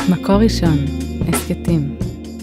מקור ראשון, הסקטים.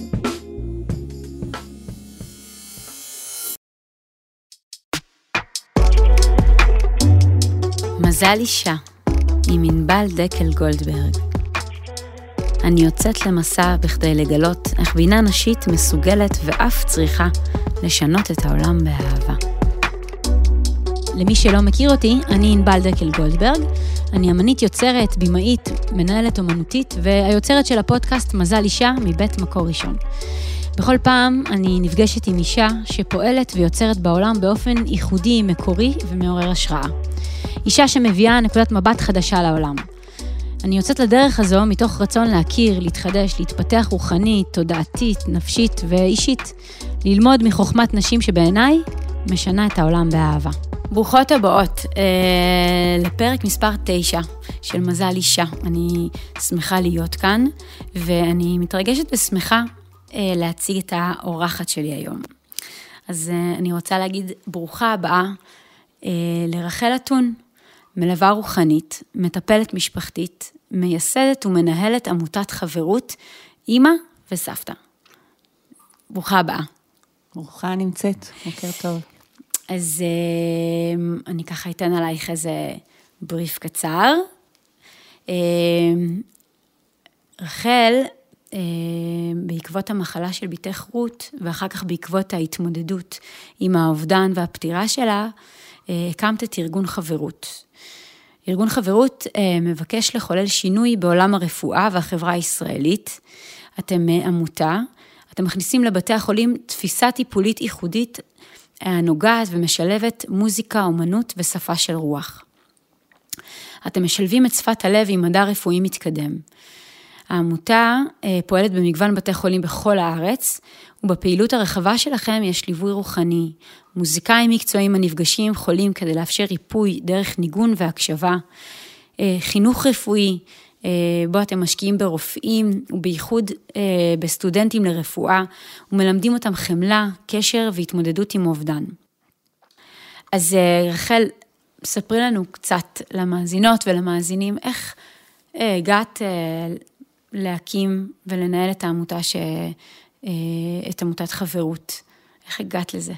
מזל אישה, עם ענבל דקל גולדברג. אני יוצאת למסע בכדי לגלות איך בינה נשית מסוגלת ואף צריכה לשנות את העולם באהבה. למי שלא מכיר אותי, אני ענבל דקל גולדברג. אני אמנית יוצרת, בימאית, מנהלת אומנותית, והיוצרת של הפודקאסט מזל אישה מבית מקור ראשון. בכל פעם אני נפגשת עם אישה שפועלת ויוצרת בעולם באופן ייחודי, מקורי ומעורר השראה. אישה שמביאה נקודת מבט חדשה לעולם. אני יוצאת לדרך הזו מתוך רצון להכיר, להתחדש, להתפתח רוחנית, תודעתית, נפשית ואישית, ללמוד מחוכמת נשים שבעיניי משנה את העולם באהבה. ברוכות הבאות לפרק מספר 9 של מזל אישה. אני שמחה להיות כאן, ואני מתרגשת ושמחה להציג את האורחת שלי היום. אז אני רוצה להגיד ברוכה הבאה לרחל אתון, מלווה רוחנית, מטפלת משפחתית, מייסדת ומנהלת עמותת חברות, אמא וסבתא. ברוכה הבאה. ברוכה נמצאת, בוקר טוב. אז אני ככה אתן עלייך איזה בריף קצר. רחל, בעקבות המחלה של ביתך רות, ואחר כך בעקבות ההתמודדות עם האובדן והפטירה שלה, הקמת את ארגון חברות. ארגון חברות מבקש לחולל שינוי בעולם הרפואה והחברה הישראלית. אתם עמותה, אתם מכניסים לבתי החולים תפיסה טיפולית ייחודית, נוגעת ומשלבת מוזיקה, אומנות ושפה של רוח. אתם משלבים את שפת הלב עם מדע רפואי מתקדם. העמותה פועלת במגוון בתי חולים בכל הארץ, ובפעילות הרחבה שלכם יש ליווי רוחני, מוזיקאים מקצועיים הנפגשים עם חולים כדי לאפשר ריפוי דרך ניגון והקשבה, חינוך רפואי, בו אתם משקיעים ברופאים ובייחוד בסטודנטים לרפואה, ומלמדים אותם חמלה, קשר והתמודדות עם אובדן. אז רחל, ספרי לנו קצת למאזינות ולמאזינים, איך הגעת להקים ולנהל את העמותה, את עמותת חברות. איך הגעת לזה?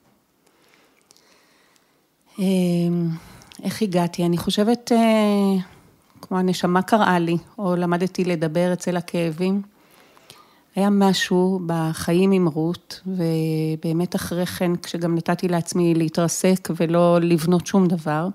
איך הגעתי? אני חושבת, כמו הנשמה קראה לי, או למדתי לדבר אצל הכאבים. היה משהו בחיים עם רות, ובאמת אחרי כן, כשגם נתתי לעצמי להתרסק ולא לבנות שום דבר,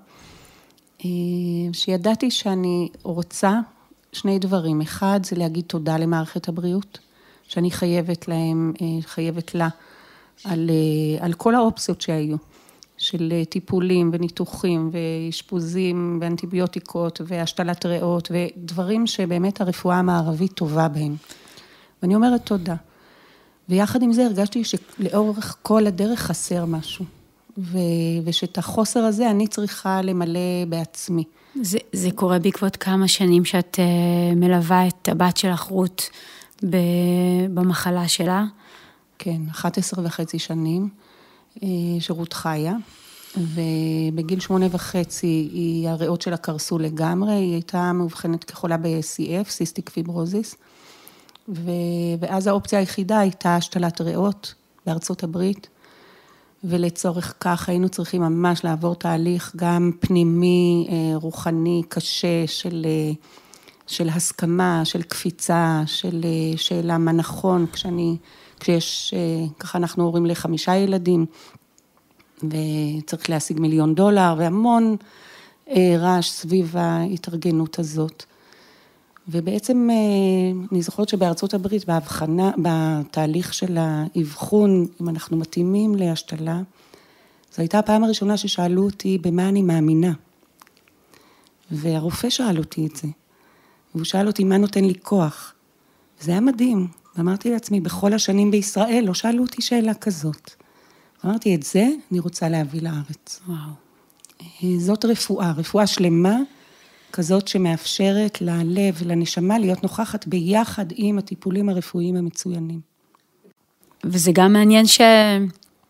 שידעתי שאני רוצה שני דברים. אחד, זה להגיד תודה למערכת הבריאות, שאני חייבת לה על כל האופציות שהיו, של טיפולים וניתוחים ואשפוזים ואנטיביוטיקות והשתלת ריאות ודברים שבאמת הרפואה המערבית טובה בהם. ואני אומרת תודה. ויחד עם זה הרגשתי שלאורך כל הדרך חסר משהו. ושאת החוסר הזה אני צריכה למלא בעצמי. זה קורה בעקבות כמה שנים שאת מלווה את הבת שלך רות במחלה שלה? כן, 11.5 שנים שרות חיה, ובגיל 8.5 הריאות שלה קרסו לגמרי, היא הייתה מאובחנת כחולה ב-CF, סיסטיק פיברוזיס, ואז האופציה היחידה הייתה השתלת ריאות בארצות הברית, ולצורך כך היינו צריכים ממש לעבור תהליך גם פנימי, רוחני, קשה, של הסכמה, של קפיצה, של שאלה מה נכון, כשיש, ככה אנחנו הורים ל5 ילדים, וצריך להשיג $1,000,000, והמון רעש סביב ההתארגנות הזאת. ובעצם אני זוכרת שבארצות הברית, בהבחנה, בתהליך של האבחון, אם אנחנו מתאימים להשתלה, זו הייתה הפעם הראשונה ששאלו אותי במה אני מאמינה. והרופא שאל אותי את זה. והוא שאל אותי מה נותן לי כוח. וזה היה מדהים. ואמרתי לעצמי, בכל השנים בישראל לא שאלו אותי שאלה כזאת. אמרתי, את זה אני רוצה להביא לארץ. וואו. זאת רפואה שלמה, כזאת שמאפשרת ללב ולנשמה להיות נוכחת ביחד עם הטיפולים הרפואיים המצוינים. וזה גם מעניין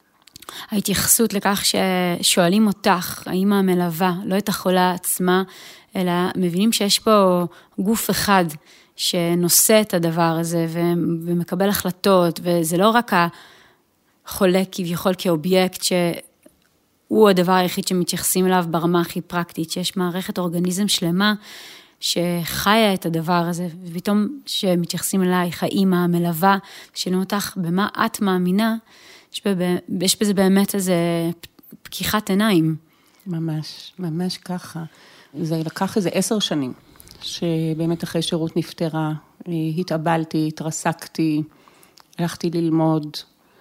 ההתייחסות לכך ששואלים אותך, האמא המלווה, לא את החולה עצמה, אלא מבינים שיש פה גוף אחד שנושא את הדבר הזה ומקבל החלטות, וזה לא רק החולה כביכול כאובייקט שהוא הדבר היחיד שמתייחסים אליו ברמה הכי פרקטית, שיש מערכת אורגניזם שלמה שחיה את הדבר הזה, ופתאום שמתייחסים אלייך, האמא המלווה, שואלים אותך במה את מאמינה, יש בזה באמת איזה פקיחת עיניים. ממש, ממש ככה. זה לקח איזה 10 שנים, שבאמת אחרי שירות נפטרה, התאבלתי, התרסקתי, הלכתי ללמוד,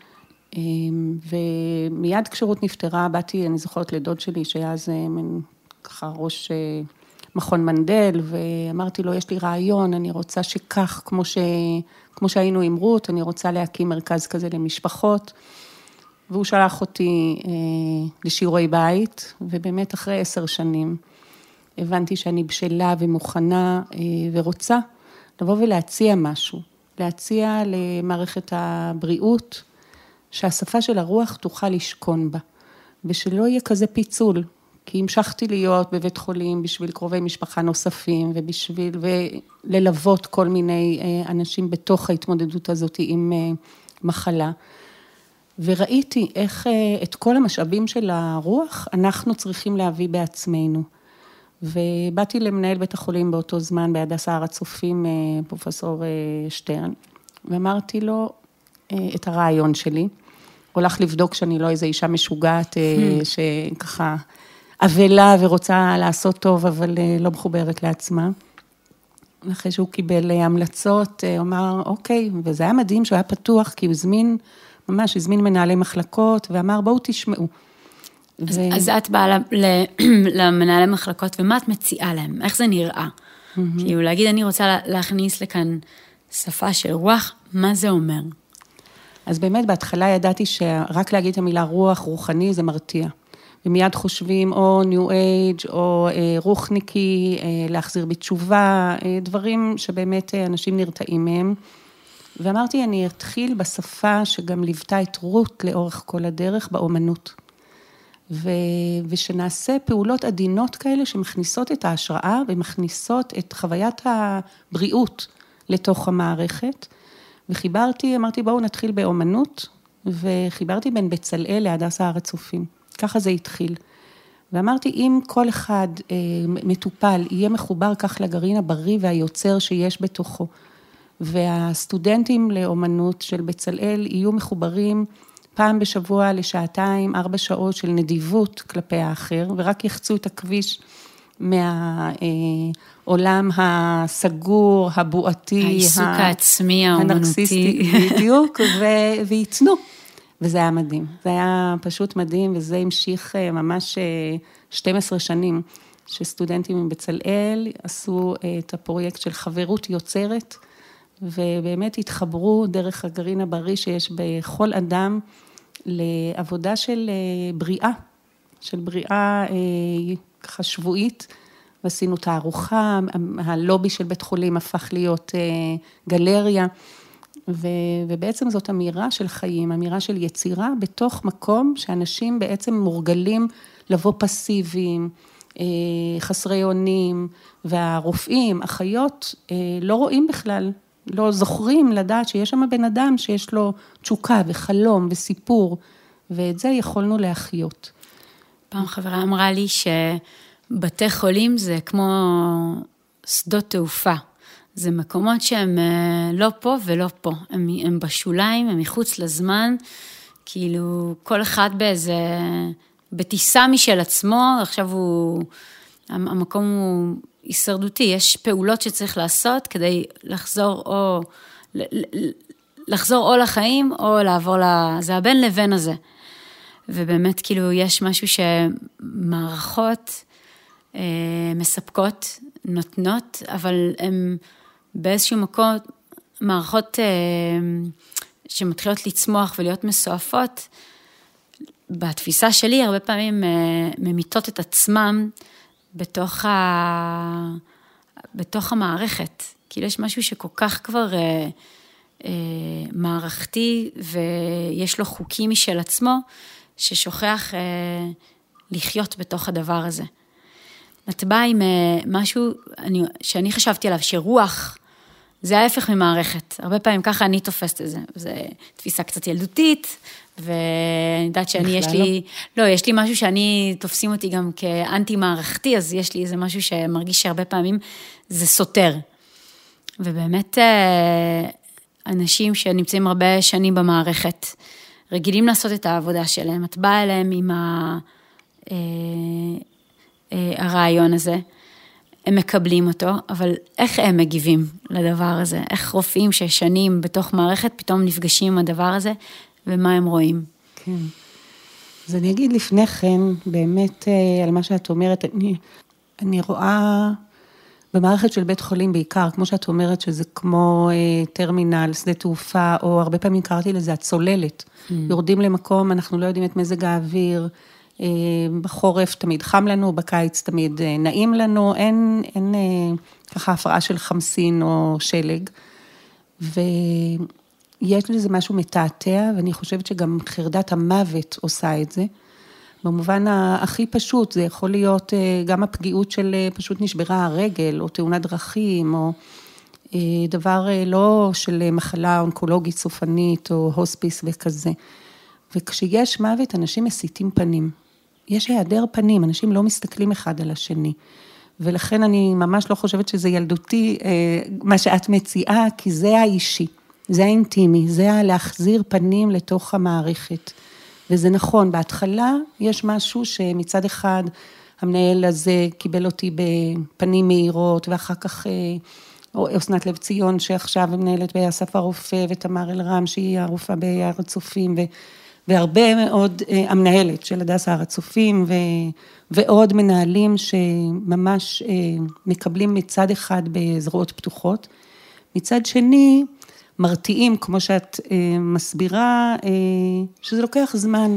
ומיד כשירות נפטרה, באתי, אני זוכרת לדוד שלי, שהיה אז ככה ראש מכון מנדל, ואמרתי לו, יש לי רעיון, אני רוצה שכך, כמו שהיינו עם רות, אני רוצה להקים מרכז כזה למשפחות, והוא שלח אותי לשיעורי בית, ובאמת אחרי 10 שנים, הבנתי שאני בשלה ומוכנה ורוצה לבוא ולהציע משהו, להציע למערכת הבריאות, שהשפה של הרוח תוכל לשכון בה, ושלא יהיה כזה פיצול, כי המשכתי להיות בבית חולים בשביל קרובי משפחה נוספים, וללוות כל מיני אנשים בתוך ההתמודדות הזאת עם מחלה, וראיתי איך את כל המשאבים של הרוח אנחנו צריכים להביא בעצמנו. ובאתי למנהל בית החולים באותו זמן, בהדסה הר הצופים, פרופסור שטרן, ואמרתי לו את הרעיון שלי, הולך לבדוק שאני לא איזו אישה משוגעת, שככה אבלה ורוצה לעשות טוב, אבל לא מחוברת לעצמה. אחרי שהוא קיבל המלצות, הוא אמר, אוקיי, וזה היה מדהים שהוא היה פתוח, כי הוא ממש הזמין מנהלי מחלקות, ואמר, בואו תשמעו. אז את באה למנהלי מחלקות, ומה את מציעה להם? איך זה נראה? כאילו להגיד, אני רוצה להכניס לכאן שפה של רוח, מה זה אומר? אז באמת בהתחלה ידעתי שרק להגיד את המילה רוח, רוחני, זה מרתיע. ומיד חושבים או ניו אייג' או רוחניקי, להחזיר בתשובה, דברים שבאמת אנשים נרתעים מהם. ואמרתי, אני אתחיל בשפה שגם ליוותה את רות לאורך כל הדרך, באומנות. ושנעשה פעולות עדינות כאלה שמכניסות את ההשראה ומכניסות את חוויית הבריאות לתוך המערכת. וחיברתי, אמרתי בואו נתחיל באומנות, וחיברתי בין בצלאל להדסה הר הצופים. ככה זה התחיל. ואמרתי אם כל אחד מטופל יהיה מחובר כך לגרעין הבריא והיוצר שיש בתוכו, והסטודנטים לאומנות של בצלאל יהיו מחוברים פעם בשבוע לשעתיים, 4 שעות של נדיבות כלפי האחר, ורק יחצו את הכביש מהעולם הסגור, הבועתי, העיסוק העצמי, הנרקסיסטי, בדיוק, ויתנו. וזה היה מדהים. זה היה פשוט מדהים, וזה המשיך ממש 12 שנים, שסטודנטים מבצלאל עשו את הפרויקט של חברות יוצרת, ובאמת התחברו דרך הגרעין הבריא שיש בכל אדם, לעבודה של בריאה ככה שבועית, ועשינו תערוכה, הלובי של בית חולים הפך להיות גלריה, ובעצם זאת אמירה של חיים, אמירה של יצירה בתוך מקום שאנשים בעצם מורגלים לבוא פסיביים, חסרי אונים, והרופאים, אחיות, לא רואים בכלל, לא זוכרים לדעת שיש שם בן אדם שיש לו תשוקה וחלום וסיפור, ואת זה יכולנו להחיות. פעם חברה אמרה לי שבתי חולים זה כמו שדות תעופה. זה מקומות שהם לא פה ולא פה. הם בשוליים, הם מחוץ לזמן, כאילו כל אחד בטיסה משל עצמו, עכשיו המקום הוא הישרדותי, יש פעולות שצריך לעשות כדי לחזור או לחיים או לעבור זה הבין לבין הזה. ובאמת כאילו יש משהו שמערכות מספקות, נותנות, אבל הן באיזשהו מקום, מערכות שמתחילות לצמוח ולהיות מסועפות, בתפיסה שלי הרבה פעמים ממיתות את עצמם בתוך המערכת. כאילו יש משהו שכל כך כבר מערכתי ויש לו חוקים משל עצמו, ששוכח לחיות בתוך הדבר הזה. את באה עם משהו שאני חשבתי עליו, שרוח זה ההפך ממערכת. הרבה פעמים ככה אני תופסת את זה. זו תפיסה קצת ילדותית, ואני יודעת שאני, יש לי משהו שאני, תופסים אותי גם כאנטי מערכתי, אז יש לי איזה משהו שמרגיש שהרבה פעמים זה סותר. ובאמת, אנשים שנמצאים הרבה שנים במערכת, רגילים לעשות את העבודה שלהם. את באה אליהם עם הרעיון הזה, הם מקבלים אותו, אבל איך הם מגיבים לדבר הזה? איך רופאים ששנים בתוך מערכת פתאום נפגשים עם הדבר הזה, ומה הם רואים? כן. אז אני אגיד לפני כן, באמת על מה שאת אומרת, אני רואה במערכת של בית חולים בעיקר, כמו שאת אומרת, שזה כמו טרמינל, שדה תעופה, או הרבה פעמים קראתי לזה הצוללת. יורדים למקום, אנחנו לא יודעים את מזג האוויר, בחורף תמיד חם לנו, בקיץ תמיד נעים לנו, אין ככה הפרעה של חמסין או שלג, ויש לזה משהו מתעתע, ואני חושבת שגם חרדת המוות עושה את זה, במובן הכי פשוט, זה יכול להיות גם הפגיעות של פשוט נשברה הרגל, או תאונת דרכים, או דבר לא של מחלה אונקולוגית סופנית, או הוספיס וכזה. וכשיש מוות, אנשים מסיתים פנים. יש היעדר פנים, אנשים לא מסתכלים אחד על השני. ולכן אני ממש לא חושבת שזה ילדותי, מה שאת מציעה, כי זה האישי, זה האינטימי, זה להחזיר פנים לתוך המערכת. וזה נכון, בהתחלה יש משהו שמצד אחד, המנהל הזה קיבל אותי בפנים מהירות, ואחר כך אסנת לב ציון, שעכשיו מנהלת באסף הרופא, ותמר אלרם, שהיא הרופאה בהר הצופים, והרבה מאוד המנהלת של הדסה הר הצופים, ועוד מנהלים שממש מקבלים מצד אחד בזרועות פתוחות. מצד שני, מרתיעים, כמו שאת מסבירה, שזה לוקח זמן.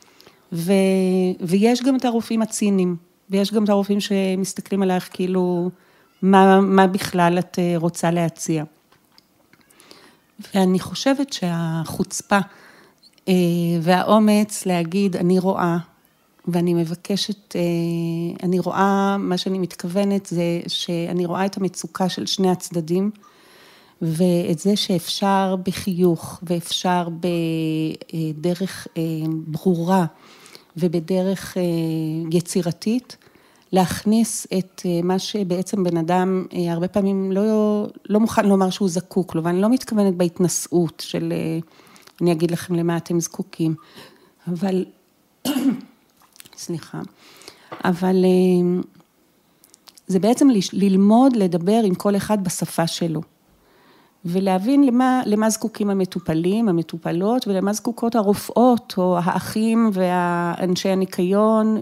ויש גם את הרופאים הציניים, ויש גם את הרופאים שמסתכלים עליך כאילו, מה בכלל את רוצה להציע. ואני חושבת שהחוצפה והאומץ להגיד, אני רואה, ואני מבקשת, אני רואה, מה שאני מתכוונת זה שאני רואה את המצוקה של שני הצדדים, ואת זה שאפשר בחיוך, ואפשר בדרך ברורה, ובדרך יצירתית, להכניס את מה שבעצם בן אדם הרבה פעמים לא מוכן לומר שהוא זקוק לו, ואני לא מתכוונת בהתנשאות של, אני אגיד לכם למה אתם זקוקים, אבל, סליחה, אבל זה בעצם ללמוד לדבר עם כל אחד בשפה שלו, ולהבין למה זקוקים המטופלים, המטופלות, ולמה זקוקות הרופאות, או האחים והאנשי הניקיון,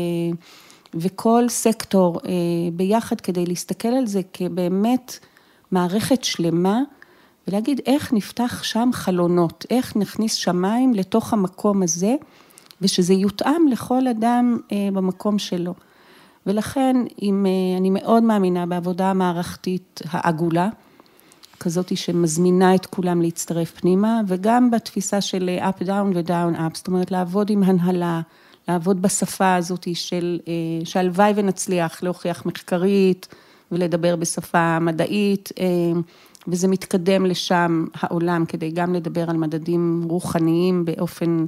וכל סקטור ביחד, כדי להסתכל על זה כבאמת מערכת שלמה, ולהגיד איך נפתח שם חלונות, איך נכניס שמיים לתוך המקום הזה, ושזה יותאם לכל אדם במקום שלו. ולכן, אני מאוד מאמינה בעבודה המערכתית העגולה, כזאת שמזמינה את כולם להצטרף פנימה, וגם בתפיסה של up down ו-down up, זאת אומרת לעבוד עם הנהלה, לעבוד בשפה הזאת שהלוואי ונצליח להוכיח מחקרית, ולדבר בשפה מדעית, וזה מתקדם לשם העולם, כדי גם לדבר על מדדים רוחניים באופן,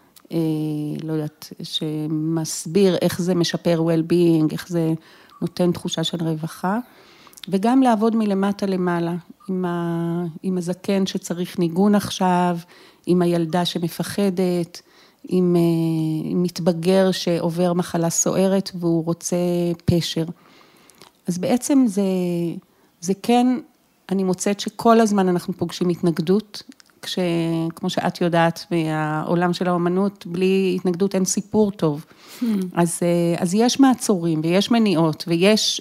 לא יודעת, שמסביר איך זה משפר well-being, איך זה נותן תחושה של רווחה, וגם לעבוד מלמטה למעלה, עם הזקן שצריך ניגון עכשיו, עם הילדה שמפחדת, עם מתבגר שעובר מחלה סוערת והוא רוצה פשר. אז בעצם זה כן, אני מוצאת שכל הזמן אנחנו פוגשים התנגדות, כמו שאת יודעת, מהעולם של האומנות, בלי התנגדות אין סיפור טוב. אז יש מעצורים ויש מניעות ויש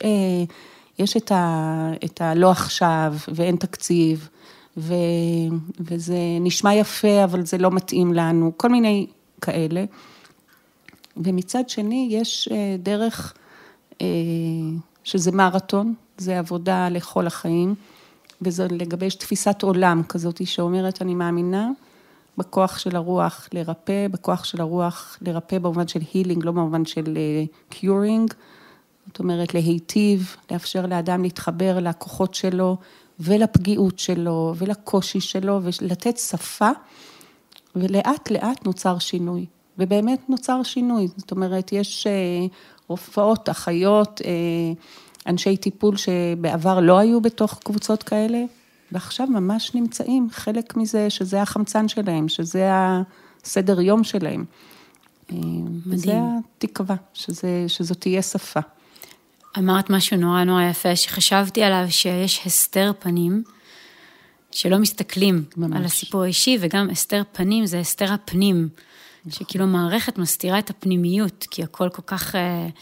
את הלא עכשיו ואין תקציב, וזה נשמע יפה, אבל זה לא מתאים לנו, כל מיני כאלה. ומצד שני, יש דרך שזה מרתון, זה עבודה לכל החיים, וזה לגבי תפיסת עולם כזאת שאומרת, אני מאמינה בכוח של הרוח לרפא, בכוח של הרוח לרפא במובן של healing, לא במובן של curing, זאת אומרת להיטיב, לאפשר לאדם להתחבר לכוחות שלו, ולפגיעות שלו, ולקושי שלו, ולתת שפה, ולאט לאט נוצר שינוי. ובאמת נוצר שינוי, זאת אומרת, יש רופאות, אחיות, אנשי טיפול שבעבר לא היו בתוך קבוצות כאלה, ועכשיו ממש נמצאים חלק מזה, שזה החמצן שלהם, שזה הסדר יום שלהם. וזה התקווה, שזאת תהיה שפה. אמרת משהו נורא נורא יפה, שחשבתי עליו שיש הסתר פנים, שלא מסתכלים ממש על הסיפור האישי, וגם הסתר פנים זה הסתר הפנים, שכאילו מערכת מסתירה את הפנימיות, כי הכל כל כך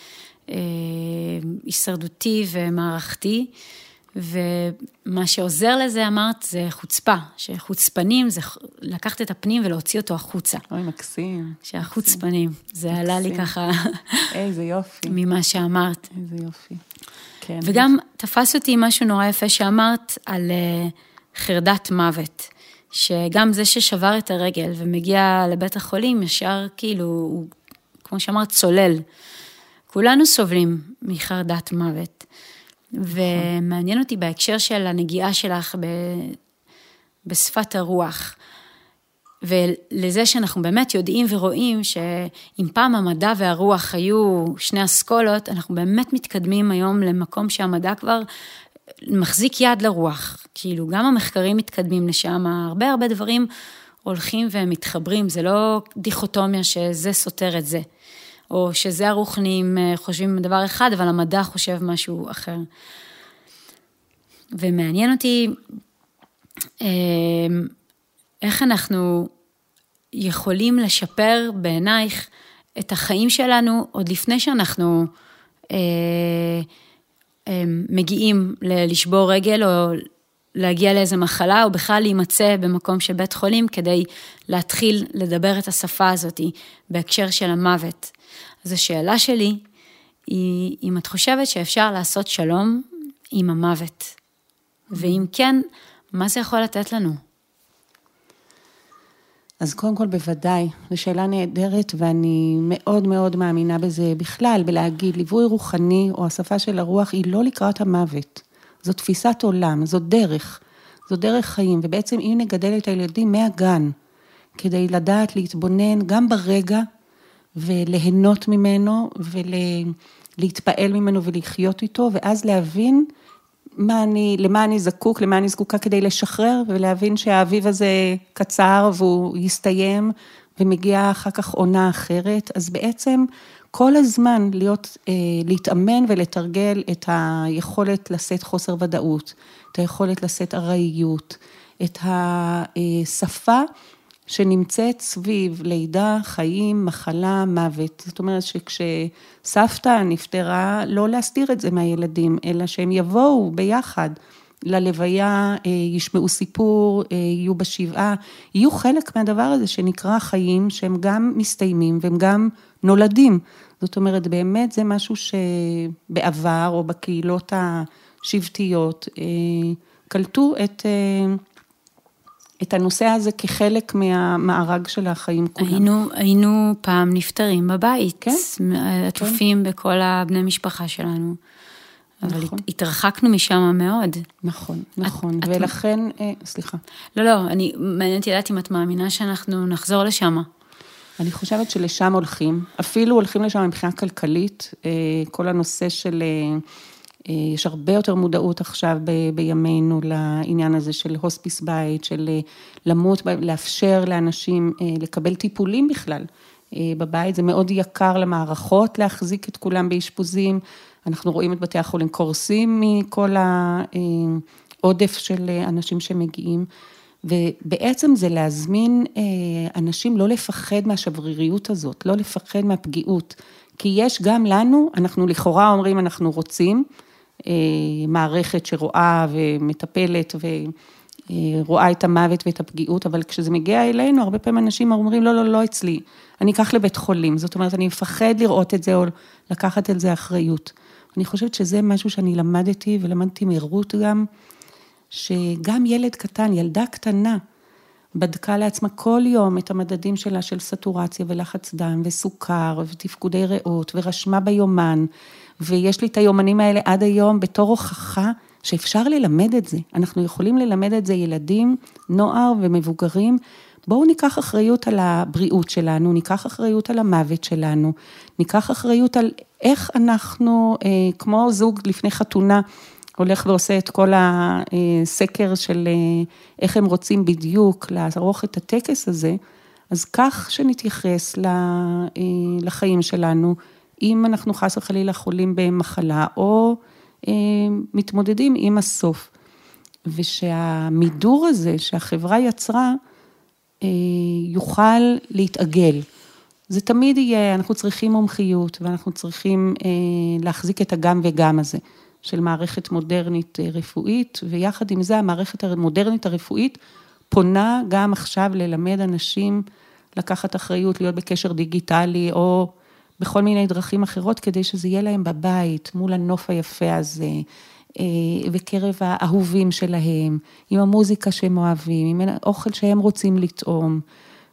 הישרדותי ומערכתי, ומה שעוזר לזה, אמרת, זה חוצפה, שחוצפנים זה לקחת את הפנים ולהוציא אותו החוצה. אוי, מקסים. שהחוצפנים, זה עלה לי ככה. איזה יופי. ממה שאמרת. איזה יופי. כן. וגם תפס אותי משהו נורא יפה שאמרת על חרדת מוות, שגם זה ששבר את הרגל ומגיע לבית החולים, ישר כאילו, כמו שאמרת, צולל. כולנו סובלים מחרדת מוות. ומעניין אותי בהקשר של הנגיעה שלך בשפת הרוח, ולזה שאנחנו באמת יודעים ורואים שאם פעם המדע והרוח היו שני אסכולות, אנחנו באמת מתקדמים היום למקום שהמדע כבר מחזיק יד לרוח, כאילו גם המחקרים מתקדמים לשם, הרבה דברים הולכים ומתחברים, זה לא דיכוטומיה שזה סותר את זה. או שזה הרוחנים חושבים דבר אחד, אבל המדע חושב משהו אחר. ומעניין אותי איך אנחנו יכולים לשפר בעינייך את החיים שלנו, עוד לפני שאנחנו מגיעים לשבור רגל, או להגיע לאיזו מחלה, או בכלל להימצא במקום של בית חולים, כדי להתחיל לדבר את השפה הזאת, בהקשר של המוות. אז השאלה שלי היא, אם את חושבת שאפשר לעשות שלום עם המוות, ואם כן, מה זה יכול לתת לנו? אז קודם כל בוודאי, זו שאלה נהדרת, ואני מאוד מאוד מאמינה בזה בכלל, בלהגיד, ליווי רוחני או השפה של הרוח היא לא לקראת המוות. זו תפיסת עולם, זו דרך חיים, ובעצם אם נגדל את הילדים מהגן, כדי לדעת להתבונן גם ברגע, וליהנות ממנו, ולהתפעל ממנו ולחיות איתו, ואז להבין למה אני זקוק, למה אני זקוקה כדי לשחרר, ולהבין שהאביב הזה קצר, והוא יסתיים, ומגיע אחר כך עונה אחרת, אז בעצם כל הזמן להתאמן ולתרגל את היכולת לשאת חוסר ודאות, את היכולת לשאת ארעיות, את השפה שנמצאת סביב לידה, חיים, מחלה, מוות. זאת אומרת שכשסבתא נפטרה, לא להסתיר את זה מהילדים, אלא שהם יבואו ביחד ללוויה, ישמעו סיפור, יהיו בשבעה, יהיו חלק מהדבר הזה שנקרא חיים, שהם גם מסתיימים והם גם נולדים. זאת אומרת, באמת זה משהו שבעבר או בקהילות השבטיות קלטו את הנושא הזה כחלק מהמארג של החיים כולם. היינו פעם נפטרים בבית, כן? עטופים בכל הבני משפחה שלנו, אבל התרחקנו משם מאוד. נכון. ולכן, סליחה. לא, מעניינת לדעת אם את מאמינה שאנחנו נחזור לשם. אני חושבת שלשם הולכים, אפילו הולכים לשם מבחינה כלכלית, כל הנושא של, יש הרבה יותר מודעות עכשיו בימינו לעניין הזה של הוספיס בית, של למות, לאפשר לאנשים לקבל טיפולים בכלל בבית, זה מאוד יקר למערכות להחזיק את כולם באשפוזים, אנחנו רואים את בתי החולים קורסים מכל העודף של אנשים שמגיעים, ובעצם זה להזמין אנשים לא לפחד מהשבריריות הזאת, לא לפחד מהפגיעות, כי יש גם לנו, אנחנו לכאורה אומרים אנחנו רוצים, מערכת שרואה ומטפלת ורואה את המוות ואת הפגיעות, אבל כשזה מגיע אלינו, הרבה פעמים אנשים אומרים לא אצלי, אני אקח לבית חולים, זאת אומרת אני מפחד לראות את זה או לקחת על זה אחריות. אני חושבת שזה משהו שאני למדתי ולמדתי מרות גם, שגם ילד קטן, ילדה קטנה, בדקה לעצמה כל יום את המדדים שלה של סטורציה ולחץ דם וסוכר ותפקודי ריאות ורשמה ביומן, ויש לי את היומנים האלה עד היום בתור הוכחה שאפשר ללמד את זה. אנחנו יכולים ללמד את זה ילדים, נוער ומבוגרים. בואו ניקח אחריות על הבריאות שלנו, ניקח אחריות על המוות שלנו, ניקח אחריות על איך אנחנו, כמו זוג לפני חתונה, הולך ועושה את כל הסקר של איך הם רוצים בדיוק לערוך את הטקס הזה, אז כך שנתייחס לחיים שלנו, אם אנחנו חס וחלילה חולים במחלה, או מתמודדים עם הסוף. ושהמידור הזה שהחברה יצרה, יוכל להתעגל. זה תמיד יהיה, אנחנו צריכים מומחיות, ואנחנו צריכים להחזיק את הגם וגם הזה, של מערכת מודרנית רפואית, ויחד עם זה המערכת המודרנית הרפואית, פונה גם עכשיו ללמד אנשים, לקחת אחריות, להיות בקשר דיגיטלי, או בכל מיני דרכים אחרות, כדי שזה יהיה להם בבית, מול הנוף היפה הזה, בקרב האהובים שלהם, עם המוזיקה שהם אוהבים, עם האוכל שהם רוצים לטעום,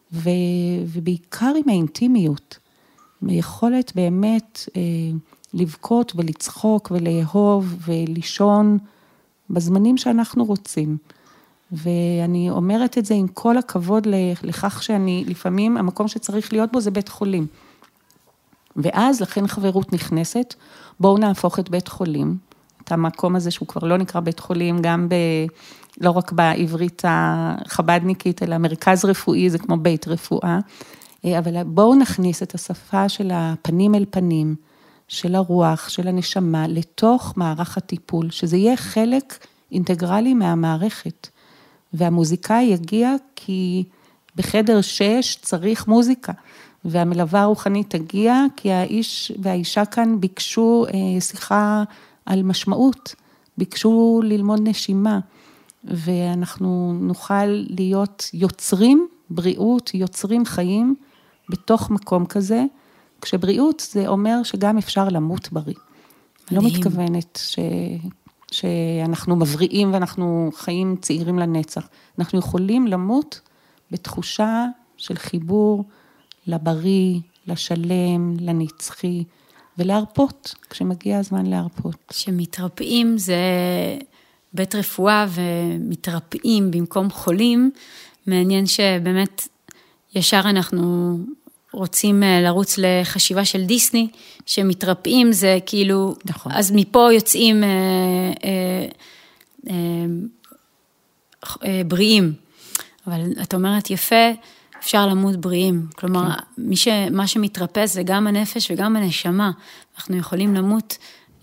ובעיקר עם האינטימיות, היכולת באמת לבכות ולצחוק ולאהוב ולישון בזמנים שאנחנו רוצים. ואני אומרת את זה עם כל הכבוד לכך שאני, לפעמים המקום שצריך להיות בו זה בית חולים. ואז לכן חברות נכנסת, בואו נהפוך את בית חולים, את המקום הזה שהוא כבר לא נקרא בית חולים, גם לא רק בעברית החבדניקית, אלא מרכז רפואי, זה כמו בית רפואה, אבל בואו נכניס את השפה של הפנים אל פנים, של הרוח, של הנשמה, לתוך מערך הטיפול, שזה יהיה חלק אינטגרלי מהמערכת, והמוזיקאי יגיע כי בחדר 6 צריך מוזיקה, והמלווה הרוחנית תגיע כי האיש והאישה כאן ביקשו שיחה על משמעות, ביקשו ללמוד נשימה, ואנחנו נוכל להיות יוצרים בריאות, יוצרים חיים בתוך מקום כזה, כשבריאות זה אומר שגם אפשר למות בריא. לא מתכוונת שאנחנו מבריאים ואנחנו חיים צעירים לנצח. אנחנו יכולים למות בתחושה של חיבור לבריא, לשלם, לנצחי, ולהרפות, כשמגיע הזמן להרפות. שמתרפאים זה בית רפואה ומתרפאים במקום חולים, מעניין שבאמת ישר אנחנו רוצים לרוץ לחשיבה של דיסני, שמתרפאים זה כאילו, נכון. אז מפה יוצאים בריאים, אבל את אומרת יפה, אפשר למות בריאים, כלומר, כן. מה שמתרפא זה גם הנפש וגם הנשמה, אנחנו יכולים למות,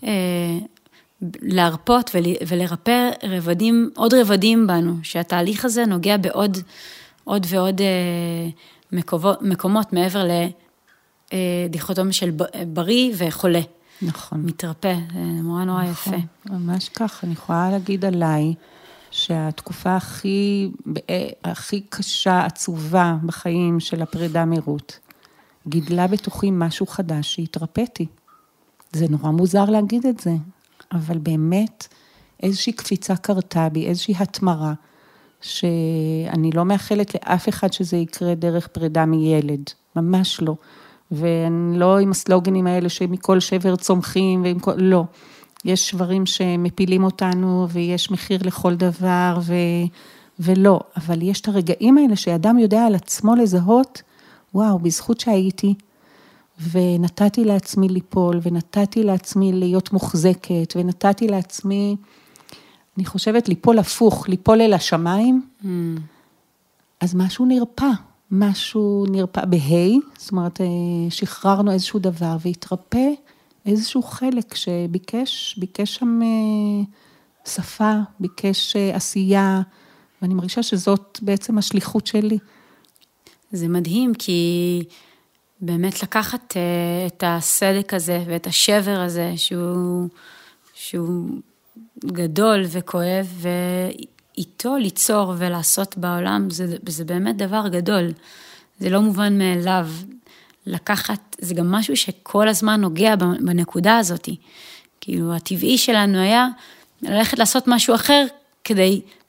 להרפות ולרפא רבדים, עוד רבדים בנו, שהתהליך הזה נוגע בעוד ועוד מקומות מעבר לדיכוטומיה של בריא וחולה. נכון. מתרפא, זה נורא נכון. יפה. ממש כך, אני יכולה להגיד עליי, שהתקופה הכי קשה, עצובה בחיים של הפרידה מרות, גידלה בתוכי משהו חדש שהתרפאתי. זה נורא מוזר להגיד את זה, אבל באמת איזושהי קפיצה קרתה בי, איזושהי התמרה, שאני לא מאחלת לאף אחד שזה יקרה דרך פרידה מילד, ממש לא. ואני לא עם הסלוגנים האלה שמכל שבר צומחים, לא. יש שברים שמפילים אותנו, ויש מחיר לכל דבר, ולא. אבל יש את הרגעים האלה שאדם יודע על עצמו לזהות, וואו, בזכות שהייתי, ונתתי לעצמי ליפול, ונתתי לעצמי להיות מוחזקת, ונתתי לעצמי, אני חושבת, ליפול הפוך, ליפול אל השמיים, אז משהו נרפא בהי, זאת אומרת, שחררנו איזשהו דבר, והתרפא איזשהו חלק שביקש שם שפה, ביקש עשייה, ואני מרגישה שזאת בעצם השליחות שלי. זה מדהים, כי באמת לקחת את הסדק הזה, ואת השבר הזה, שהוא גדול וכואב, ואיתו ליצור ולעשות בעולם, זה באמת דבר גדול. זה לא מובן מאליו. לקחת, זה גם משהו שכל הזמן נוגע בנקודה הזאת. כאילו, הטבעי שלנו היה ללכת לעשות משהו אחר, כדי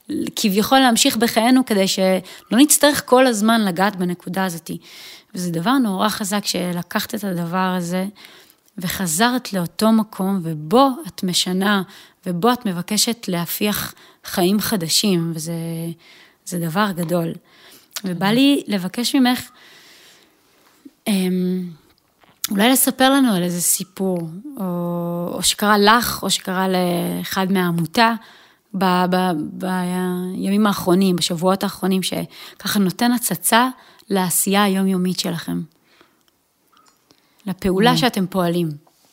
כביכול להמשיך בחיינו, כדי שלא נצטרך כל הזמן לגעת בנקודה הזאת. וזה דבר נורא חזק, שלקחת את הדבר הזה, וחזרת לאותו מקום, ובו את משנה, ובו את מבקשת להפיח חיים חדשים, וזה דבר גדול. ובא לי לבקש ממך, אולי לספר לנו על איזה סיפור, או שקרה לך, או שקרה לאחד מהעמותה, בימים האחרונים, בשבועות האחרונים, שככה נותן הצצה לעשייה היומיומית שלכם. לפעולה שאתם פועלים.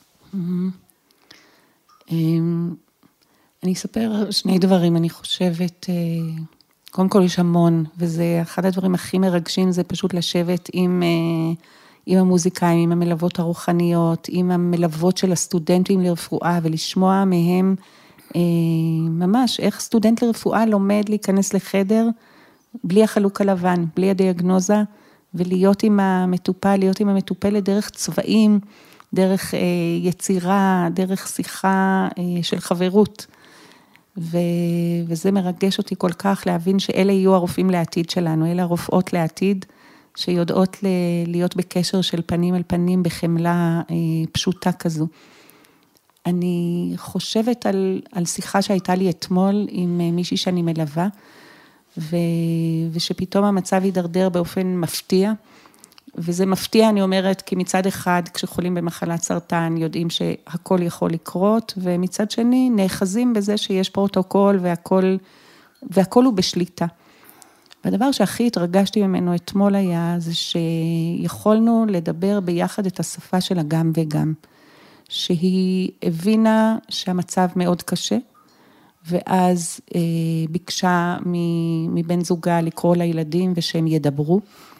אני אספר שני דברים, אני חושבת, קודם כל יש המון, וזה אחד הדברים הכי מרגשים, זה פשוט לשבת עם המוזיקאים, עם המלוות הרוחניות, עם המלוות של הסטודנטים לרפואה, ולשמוע מהם ממש איך סטודנט לרפואה לומד להיכנס לחדר, בלי החלוק הלבן, בלי הדיאגנוזה, ולהיות עם המטופל, להיות עם המטופלת דרך צבעים, דרך יצירה, דרך שיחה של חברות. וזה מרגש אותי כל כך להבין שאלה יהיו הרופאים לעתיד שלנו, אלה הרופאות לעתיד, שיודעות להיות בקשר של פנים אל פנים, בחמלה פשוטה כזו. אני חושבת על שיחה שהייתה לי אתמול עם מישהי שאני מלווה, ושפתאום המצב יידרדר באופן מפתיע, וזה מפתיע, אני אומרת, כי מצד אחד, כשחולים במחלת סרטן, יודעים שהכל יכול לקרות, ומצד שני, נאחזים בזה שיש פרוטוקול, והכל הוא בשליטה. והדבר שהכי התרגשתי ממנו אתמול היה, זה שיכולנו לדבר ביחד את השפה של הגם וגם, שהיא הבינה שהמצב מאוד קשה, ואז ביקשה מבן זוגה לקרוא לילדים ושהם ידברו,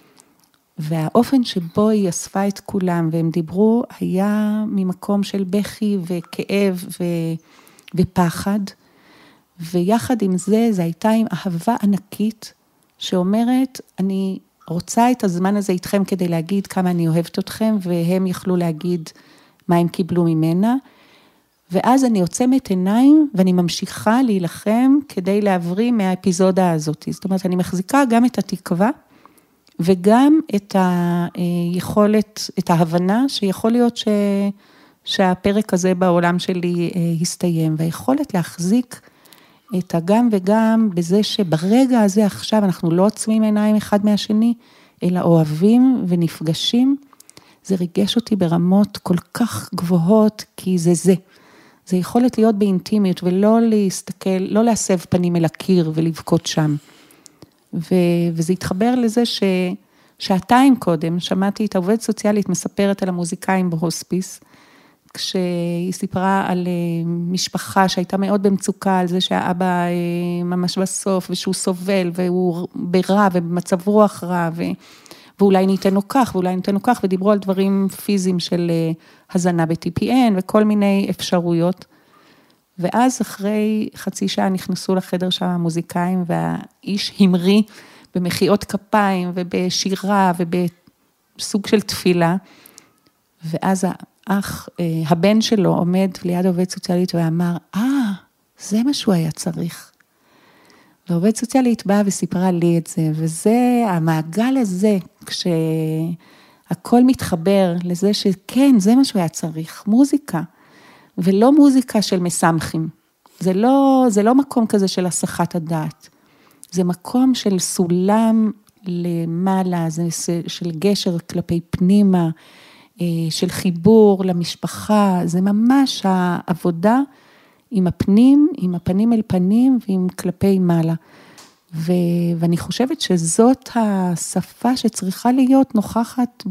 והאופן שבו היא אספה את כולם והם דיברו היה ממקום של בכי וכאב ופחד, ויחד עם זה הייתה עם אהבה ענקית שאומרת, אני רוצה את הזמן הזה איתכם כדי להגיד כמה אני אוהבת אתכם, והם יכלו להגיד מה הם קיבלו ממנה, ואז אני עוצמת עיניים ואני ממשיכה להילחם כדי להבריא מהאפיזודה הזאת. זאת אומרת, אני מחזיקה גם את התקווה, וגם את היכולת, את ההבנה שיכול להיות שהפרק הזה בעולם שלי הסתיים, והיכולת להחזיק את הגם וגם בזה שברגע הזה עכשיו אנחנו לא עוצמים עיניים אחד מהשני, אלא אוהבים ונפגשים, זה ריגש אותי ברמות כל כך גבוהות, כי זה. זה יכולת להיות באינטימיות ולא להסתכל, לא להסב פנים אל הקיר ולבכות שם. וזה התחבר לזה ששעתיים קודם שמעתי את העובדת סוציאלית מספרת על המוזיקאים בהוספיס, כשהיא סיפרה על משפחה שהייתה מאוד במצוקה, על זה שהאבא ממש בסוף ושהוא סובל והוא ברע ובמצב רוח רע ואולי ניתן לו כך ואולי ניתן לו כך, ודיברו על דברים פיזיים של הזנה ב-TPN וכל מיני אפשרויות. ואז אחרי חצי שעה נכנסו לחדר שם המוזיקאים, והאיש המריא במחיאות כפיים ובשירה ובסוג של תפילה, ואז הבן שלו עומד ליד עובד סוציאלית ואמר, זה מה שהוא היה צריך. ועובד סוציאלית באה וסיפרה לי את זה, וזה המעגל הזה, כשהכל מתחבר לזה שכן, זה מה שהוא היה צריך, מוזיקה. ולא מוזיקה של מסמכים, זה לא מקום כזה של הסחת הדעת, זה מקום של סולם למעלה, זה של גשר כלפי פנימה, של חיבור למשפחה, זה ממש העבודה עם הפנים אל פנים ועם כלפי מעלה, ואני חושבת שזאת השפה שצריכה להיות נוכחת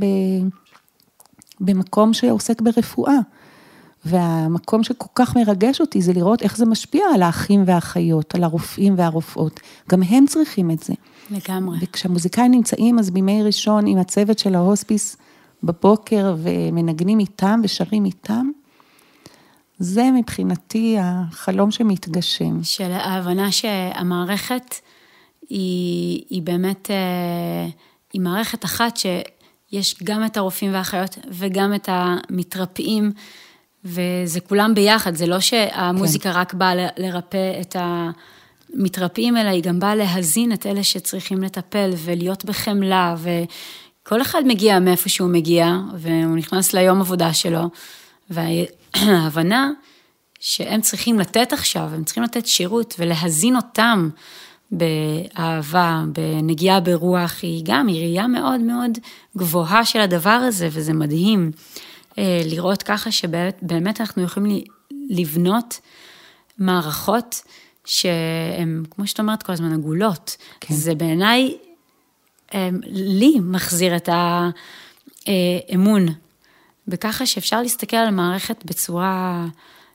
במקום שעוסק ברפואה, והמקום שכל כך מרגש אותי זה לראות איך זה משפיע על האחים והאחיות, על הרופאים והרופאות. גם הם צריכים את זה. לגמרי. וכשהמוזיקאים נמצאים, אז בימי ראשון עם הצוות של ההוספיס בבוקר, ומנגנים איתם ושרים איתם, זה מבחינתי החלום שמתגשם. של ההבנה שהמערכת היא באמת, היא מערכת אחת שיש גם את הרופאים והאחיות, וגם את המתרפאים, וזה כולם ביחד, זה לא שהמוזיקה רק באה לרפא מתרפאים, אלא היא גם באה להזין את אלה שצריכים לטפל, ולהיות בחמלה, וכל אחד מגיע מאיפה שהוא מגיע, והוא נכנס ליום עבודה שלו, וההבנה שהם צריכים לתת עכשיו, הם צריכים לתת שירות, ולהזין אותם באהבה, בנגיעה ברוח, היא גם ראייה מאוד מאוד גבוהה של הדבר הזה, וזה מדהים לראות ככה שבאמת אנחנו יכולים לבנות מערכות שהן, כמו שאת אומרת כל הזמן, עגולות. כן. זה בעיניי, לי מחזיר את האמון, בככה שאפשר להסתכל על המערכת בצורה,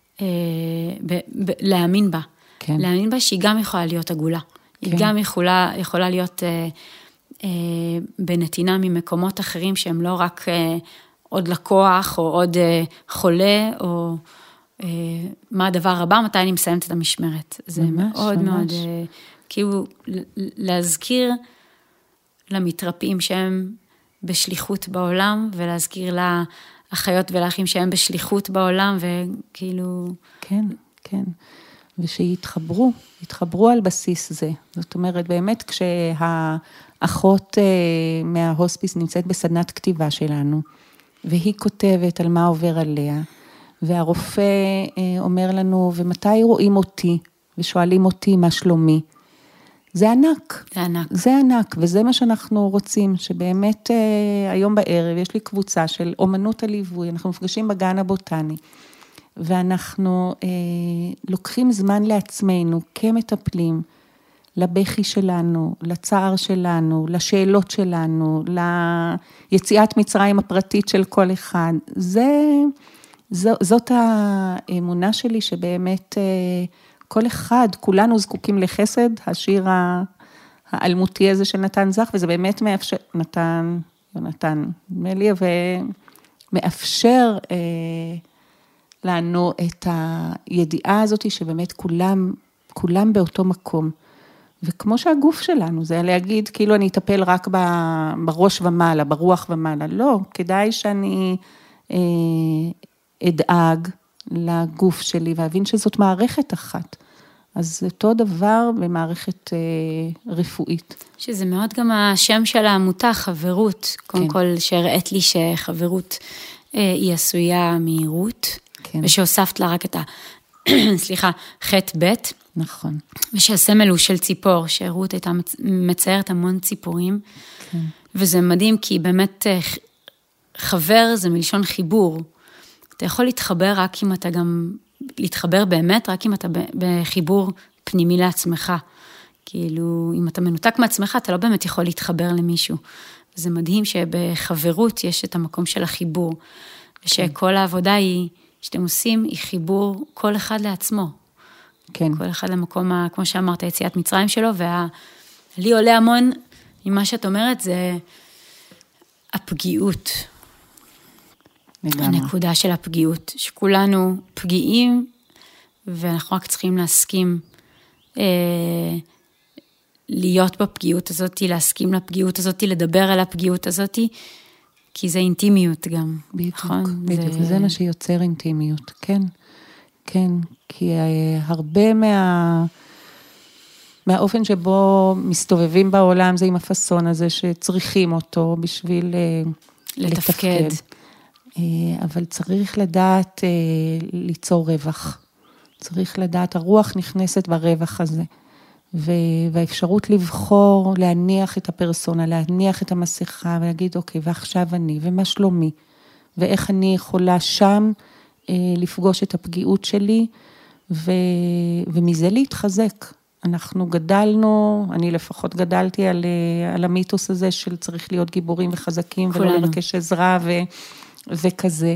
להאמין בה. כן. להאמין בה שהיא גם יכולה להיות עגולה. כן. היא גם יכולה להיות בנתינה ממקומות אחרים, שהם לא רק עוד לקוח, או עוד חולה, או מה הדבר הבא, מתי אני מסיימת את המשמרת. זה ממש, מאוד ממש. מאוד, כאילו להזכיר למתרפאים שהם בשליחות בעולם, ולהזכיר לאחיות ולאחים שהם בשליחות בעולם, וכאילו... כן, כן. ושיתחברו על בסיס זה. זאת אומרת, באמת כשהאחות מההוספיס נמצאת בסדנת כתיבה שלנו, והיא כותבת על מה עובר עליה, והרופא אומר לנו, ומתי רואים אותי, ושואלים אותי מה שלומי, זה ענק. זה ענק. זה ענק, וזה מה שאנחנו רוצים, שבאמת היום בערב יש לי קבוצה של אומנות הליווי, אנחנו מפגשים בגן הבוטני, ואנחנו לוקחים זמן לעצמנו כמטפלים, לבכי שלנו, לצער שלנו, לשאלות שלנו, ליציאת מצרים הפרטית של כל אחד. זאת האמונה שלי שבאמת כל אחד, כולנו זקוקים לחסד, השיר האלמותי הזה של נתן זך, וזה באמת מאפשר, יונתן מליה, ומאפשר לנו את הידיעה הזאת שבאמת כולם באותו מקום. וכמו שהגוף שלנו, זה להגיד, כאילו אני אטפל רק בראש ומעלה, ברוח ומעלה. לא, כדאי שאני אדאג לגוף שלי, ואבין שזאת מערכת אחת. אז זה אותו דבר במערכת רפואית. שזה מאוד גם השם של העמותה, חברות. קודם כל שהראית לי שחברות היא עשויה מהירות, ושהוספת לה רק את חטא בית. נכון. ושהסמל הוא של ציפור, שרות הייתה מציירת המון ציפורים, כן. וזה מדהים כי באמת חבר זה מלשון חיבור. אתה יכול להתחבר רק אם אתה גם, להתחבר באמת רק אם אתה בחיבור פנימי לעצמך. כאילו, אם אתה מנותק מעצמך, אתה לא באמת יכול להתחבר למישהו. וזה מדהים שבחברות יש את המקום של החיבור, ושכל העבודה שאתם עושים היא חיבור כל אחד לעצמו. כן. כל אחד למקום, כמו שאמרת, יציאת מצרים שלו, לי עולה המון, ממה שאת אומרת, זה הפגיעות. לגמרי. הנקודה של הפגיעות, שכולנו פגיעים, ואנחנו רק צריכים להסכים להיות בפגיעות הזאת, להסכים לפגיעות הזאת, לדבר על הפגיעות הזאת, כי זה אינטימיות גם. נכון? בדיוק, זה מה שיוצר אינטימיות, כן. כן, כי הרבה מהאופן שבו מסתובבים בעולם, זה עם הפסון הזה שצריכים אותו בשביל לתפקד. אבל צריך לדעת ליצור רווח. צריך לדעת, הרוח נכנסת ברווח הזה. והאפשרות לבחור, להניח את הפרסונה, להניח את המסכה, ולהגיד, אוקיי, ועכשיו אני, ומה שלומי, ואיך אני יכולה שם לפגוש את הפגיעות שלי, ומזה להתחזק. אנחנו גדלנו, אני לפחות גדלתי על המיתוס הזה של צריך להיות גיבורים וחזקים, ולא לבקש עזרה וכזה.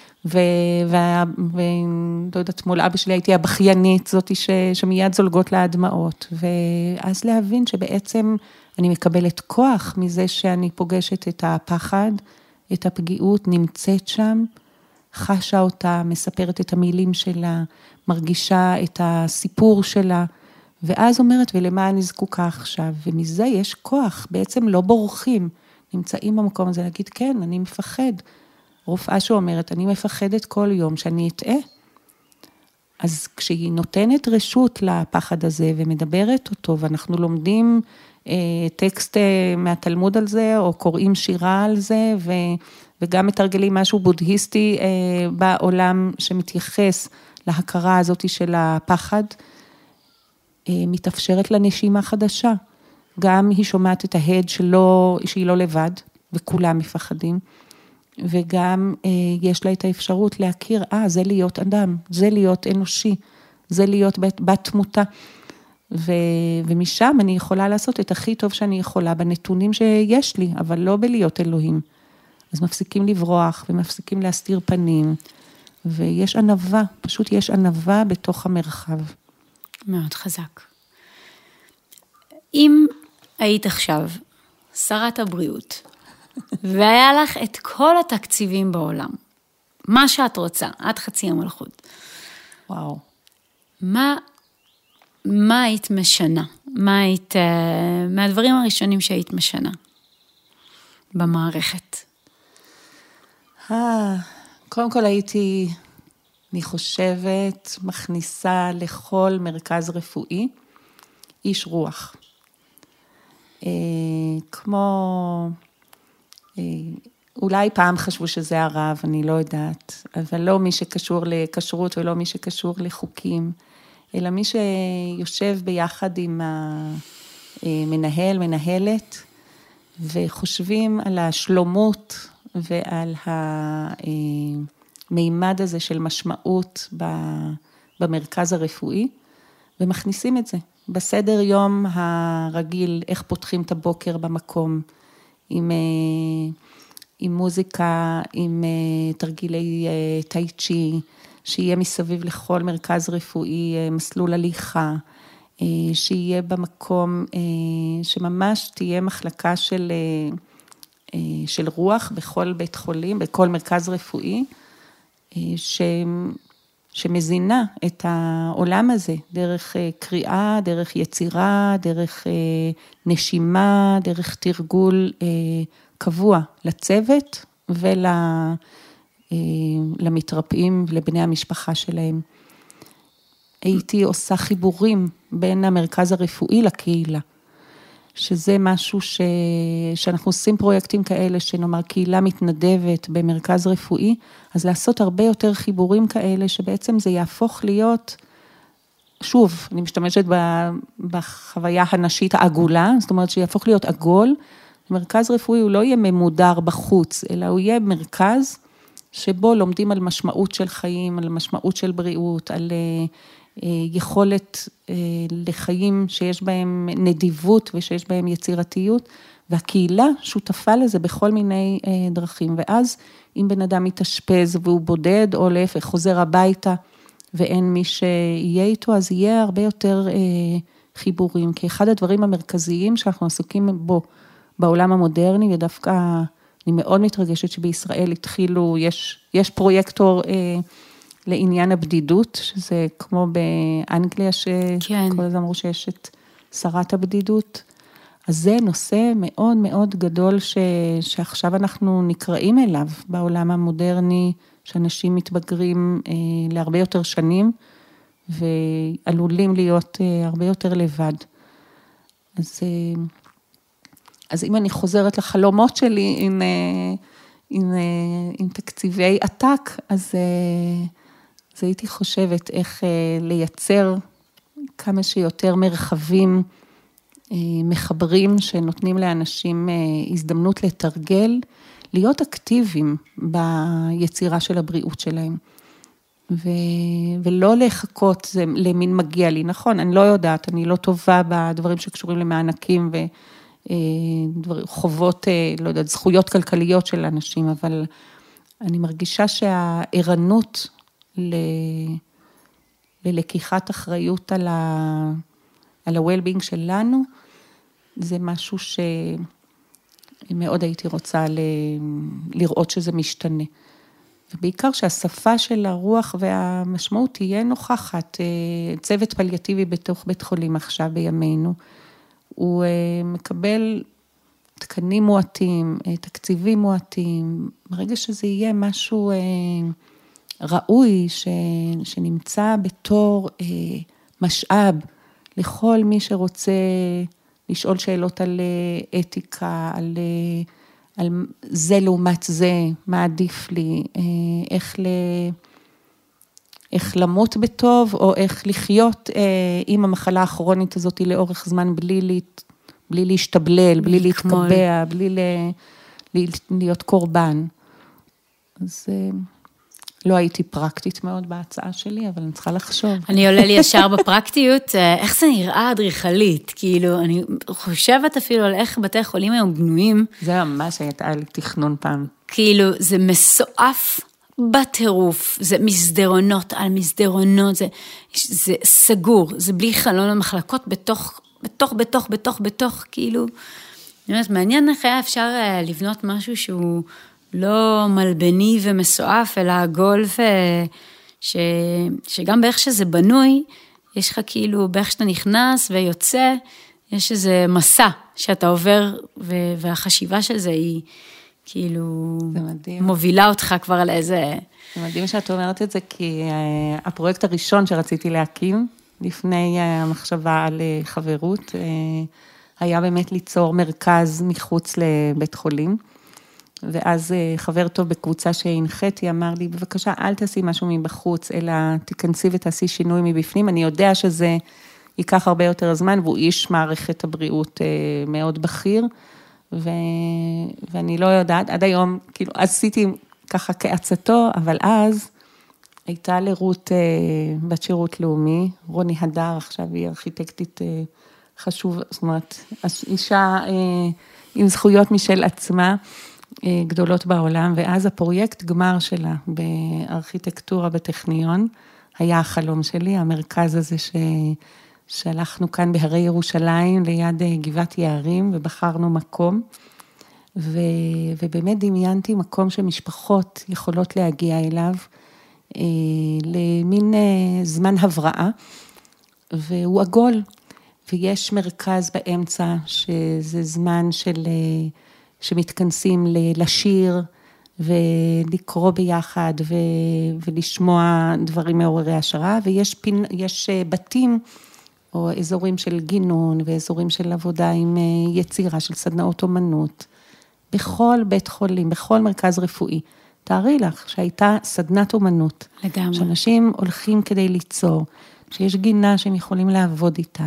ולא יודעת, מול אבא שלי הייתי הבכיינית, זאת שמיד זולגות להדמעות, ואז להבין שבעצם אני מקבלת כוח מזה שאני פוגשת את הפחד, את הפגיעות, נמצאת שם, חשה אותה, מספרת את המילים שלה, מרגישה את הסיפור שלה, ואז אומרת, ולמה אני זקוקה עכשיו? ומזה יש כוח, בעצם לא בורחים, נמצאים במקום הזה, להגיד, כן, אני מפחד. רופאה שאומרת, אני מפחדת כל יום שאני אטעה, אז כשהיא נותנת רשות לפחד הזה ומדברת אותו, ואנחנו לומדים טקסט מהתלמוד על זה, או קוראים שירה על זה, וגם מתרגלים משהו בודהיסטי בעולם שמתייחס להכרה הזאת של הפחד, מתאפשרת לה נשימה חדשה. גם היא שומעת את ההד שהיא לא לבד, וכולם מפחדים, וגם יש לה את האפשרות להכיר, זה להיות אדם, זה להיות אנושי, זה להיות בת תמותה, ומשם אני יכולה לעשות את הכי טוב שאני יכולה, בנתונים שיש לי, אבל לא בלהיות אלוהים. אז מפסיקים לברוח, ומפסיקים להסתיר פנים, ויש ענווה, פשוט יש ענווה בתוך המרחב. מאוד חזק. אם היית עכשיו שרת הבריאות, והיה לך את כל התקציבים בעולם, מה שאת רוצה, עד חצי המלכות. וואו. מה היית משנה? מה היית, מהדברים הראשונים שהיית משנה במערכת? קודם כל הייתי, אני חושבת, מכניסה לכל מרכז רפואי, איש רוח. כמו, אולי פעם חשבו שזה הרב, אני לא יודעת, אבל לא מי שקשור לכשרות ולא מי שקשור לחוקים, אלא מי שיושב ביחד עם המנהל, מנהלת, וחושבים על השלומות ועל המימד הזה של משמעות במרכז הרפואי, ומכניסים את זה. בסדר יום הרגיל, איך פותחים את הבוקר במקום, עם מוזיקה, עם תרגילי טאי צ'י, שיהיה מסביב לכל מרכז רפואי, מסלול הליכה, שיהיה במקום, שממש תהיה מחלקה של רוח בכל בית חולים, בכל מרכז רפואי, שמזינה את העולם הזה, דרך קריאה, דרך יצירה, דרך נשימה, דרך תרגול קבוע לצוות ולמתרפאים, לבני המשפחה שלהם. הייתי עושה חיבורים בין המרכז הרפואי לקהילה, שזה משהו שאנחנו עושים פרויקטים כאלה, שנאמר קהילה מתנדבת במרכז רפואי, אז לעשות הרבה יותר חיבורים כאלה, שבעצם זה יהפוך להיות, שוב, אני משתמשת בחוויה הנשית העגולה, זאת אומרת שיהפוך להיות עגול, מרכז רפואי הוא לא יהיה ממודר בחוץ, אלא הוא יהיה מרכז שבו לומדים על משמעות של חיים, על משמעות של בריאות, על יכולת לחיים שיש בהם נדיבות ושיש בהם יצירתיות, והקהילה שותפה לזה בכל מיני דרכים, ואז אם בן אדם מתאשפז והוא בודד, או להפך חוזר הביתה ואין מי שיהיה איתו, אז יהיה הרבה יותר חיבורים, כי אחד הדברים המרכזיים שאנחנו עסוקים בו בעולם המודרני, ודווקא אני מאוד מתרגשת שבישראל התחילו, יש פרויקטור לעניין הבדידות, שזה כמו באנגליה, שכל הזמן אמרו שיש את שרת הבדידות, אז זה נושא מאוד מאוד גדול שעכשיו אנחנו נקראים אליו בעולם המודרני, שאנשים מתבגרים להרבה יותר שנים, ועלולים להיות הרבה יותר לבד. אז אם אני חוזרת לחלומות שלי עם תקציבי עתק, אז הייתי חושבת איך לייצר כמה שיותר מרחבים מחברים שנותנים לאנשים הזדמנות לתרגל, להיות אקטיביים ביצירה של הבריאות שלהם. ולא לחכות, זה למין מגיע לי, נכון, אני לא יודעת, אני לא טובה בדברים שקשורים למענקים חובות, לא יודעת, זכויות כלכליות של אנשים, אבל אני מרגישה שהערנות ללקיחת אחריות על ה-well-being שלנו, זה משהו שמאוד הייתי רוצה לראות שזה משתנה. ובעיקר שהשפה של הרוח והמשמעות תהיה נוכחת. צוות פליאטיבי בתוך בית חולים עכשיו בימינו, הוא מקבל תקנים מועטים, תקציבים מועטים, ברגע שזה יהיה משהו ראוי שנמצא בתור משאב לכל מי שרוצה לשאול שאלות על אתיקה, על זה לעומת זה, מה עדיף לי, איך למות בטוב, או איך לחיות עם המחלה הכרונית הזאת לאורך זמן, בלי להשתבלל, בלי להתקבע, בלי להיות קורבן. אז לא הייתי פרקטית מאוד בהצעה שלי, אבל אני צריכה לחשוב. אני עולה לי ישר בפרקטיות, איך זה נראה אדריכלית? כאילו, אני חושבת אפילו על איך בתי חולים היום בנויים. זה ממש הייתה לי תכנון פעם. כאילו, זה מסועף בטירוף, זה מסדרונות על מסדרונות, זה סגור, זה בלי חלון המחלקות בתוך, כאילו, אני אומרת, מעניין איך היה אפשר לבנות משהו שהוא לא מלבני ומסועף, אלא עגול, שגם באיך שזה בנוי, יש לך כאילו, באיך שאתה נכנס ויוצא, יש איזה מסע שאתה עובר, והחשיבה של זה היא כאילו, מובילה אותך כבר על איזה... זה מדהים שאת אומרת את זה, כי הפרויקט הראשון שרציתי להקים, לפני המחשבה על חברות, היה באמת ליצור מרכז מחוץ לבית חולים, ואז חבר טוב בקבוצה שהנחיתי אמר לי, בבקשה, אל תעשי משהו מבחוץ, אלא תיכנסי ותעשי שינוי מבפנים. אני יודע שזה ייקח הרבה יותר זמן, והוא איש מערכת הבריאות מאוד בכיר, ואני לא יודעת, עד היום, כאילו, עשיתי ככה כעצתו, אבל אז הייתה לרות בת שירות לאומי, רוני הדר, עכשיו היא ארכיטקטית חשוב, זאת אומרת, אישה עם זכויות משל עצמה, גדולות בעולם, ואז הפרויקט גמר שלה בארכיטקטורה בטכניון, היה החלום שלי, המרכז הזה שהלכנו כאן בהרי ירושלים, ליד גבעת יערים, ובחרנו מקום, ובאמת דמיינתי מקום שמשפחות יכולות להגיע אליו, למין זמן הבראה, והוא עגול, ויש מרכז באמצע, שזה זמן שמתכנסים לשיר, ולקרוא ביחד, ולשמוע דברים מעוררי השראה, ויש בתים, או אזורים של גינון, ואזורים של עבודה עם יצירה, של סדנאות אומנות, בכל בית חולים, בכל מרכז רפואי. תארי לך שהייתה סדנת אומנות. לגמרי. שאנשים הולכים כדי ליצור, שיש גינה שהם יכולים לעבוד איתה,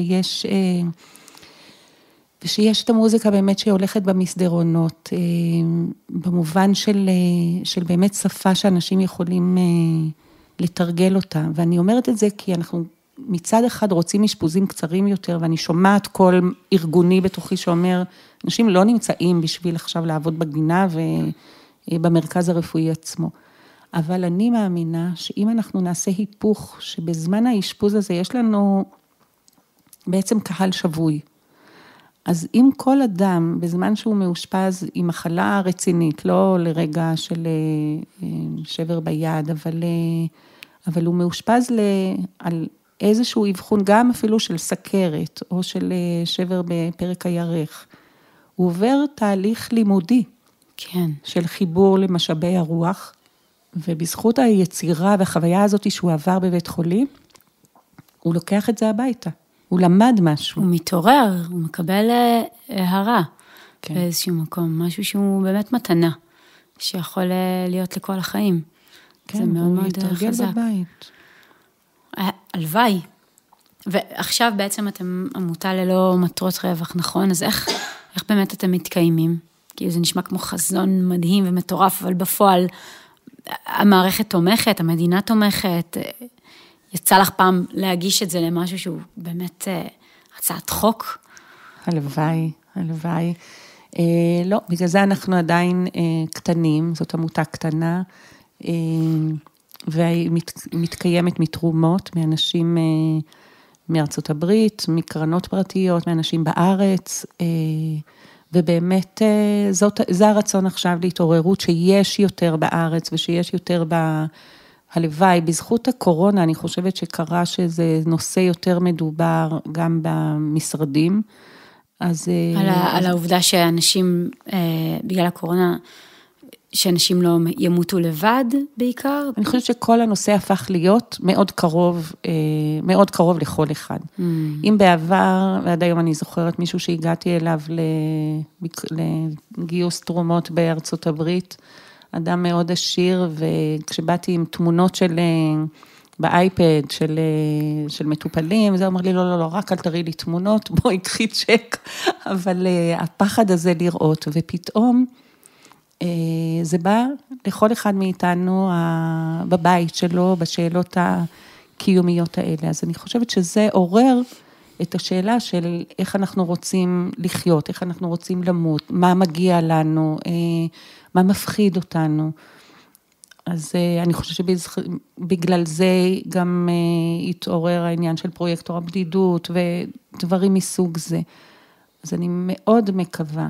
ושיש את המוזיקה באמת שהולכת במסדרונות, במובן של באמת שפה שאנשים יכולים לתרגל אותה. ואני אומרת את זה כי אנחנו מצד אחד רוצים אשפוזים קצרים יותר, ואני שומעת כל ארגוני בתוכי שאומר, אנשים לא נמצאים בשביל עכשיו לעבוד בגינה ובמרכז הרפואי עצמו. אבל אני מאמינה שאם אנחנו נעשה היפוך, שבזמן האשפוז הזה יש לנו בעצם קהל שבוי. אז אם כל אדם, בזמן שהוא מאושפז עם מחלה רצינית, לא לרגע של שבר ביד, אבל הוא מאושפז על איזשהו אבחון, גם אפילו של סכרת, או של שבר בפרק הירך, הוא עובר תהליך לימודי, כן. של חיבור למשאבי הרוח, ובזכות היצירה והחוויה הזאת שהוא עבר בבית חולים, הוא לוקח את זה הביתה. הוא למד משהו. הוא מתעורר, הוא מקבל הערה כן. באיזשהו מקום, משהו שהוא באמת מתנה, שיכול להיות לכל החיים. כן, זה מאוד מאוד חזק. הוא יתרגל בבית. הלוואי. ועכשיו בעצם אתם עמותה ללא מטרות רווח, נכון? אז איך באמת אתם מתקיימים? כי זה נשמע כמו חזון מדהים ומטורף, אבל בפועל המערכת תומכת, המדינה תומכת, יצא לך פעם להגיש את זה למשהו שהוא באמת הצעת חוק? הלוואי. לא, בגלל זה אנחנו עדיין קטנים, זאת עמותה קטנה, והיא מתקיימת מתרומות, מאנשים מארצות הברית, מקרנות פרטיות, מאנשים בארץ, ובאמת זה הרצון עכשיו להתעוררות שיש יותר בארץ, ושיש יותר הלוואי, בזכות הקורונה, אני חושבת שקרה שזה נושא יותר מדובר גם במשרדים. אז על העובדה שאנשים, בגלל הקורונה, שאנשים לא ימותו לבד בעיקר? אני חושבת שכל הנושא הפך להיות מאוד קרוב לכל אחד. אם בעבר, ועד היום אני זוכרת מישהו שהגעתי אליו לגיוס תרומות בארצות הברית, אדם מאוד עשיר, וכשבאתי עם תמונות באייפד של מטופלים, זה אומר לי, לא, רק אל תראי לי תמונות, בואי קחי צ'ק, אבל הפחד הזה לראות, ופתאום זה בא לכל אחד מאיתנו בבית שלו, בשאלות הקיומיות האלה, אז אני חושבת שזה עורר את השאלה של איך אנחנו רוצים לחיות, איך אנחנו רוצים למות, מה מגיע לנו, מה מפחיד אותנו, אז אני חושבת שבגלל זה גם התעורר העניין של פרויקטור הבדידות ודברים מסוג זה. אז אני מאוד מקווה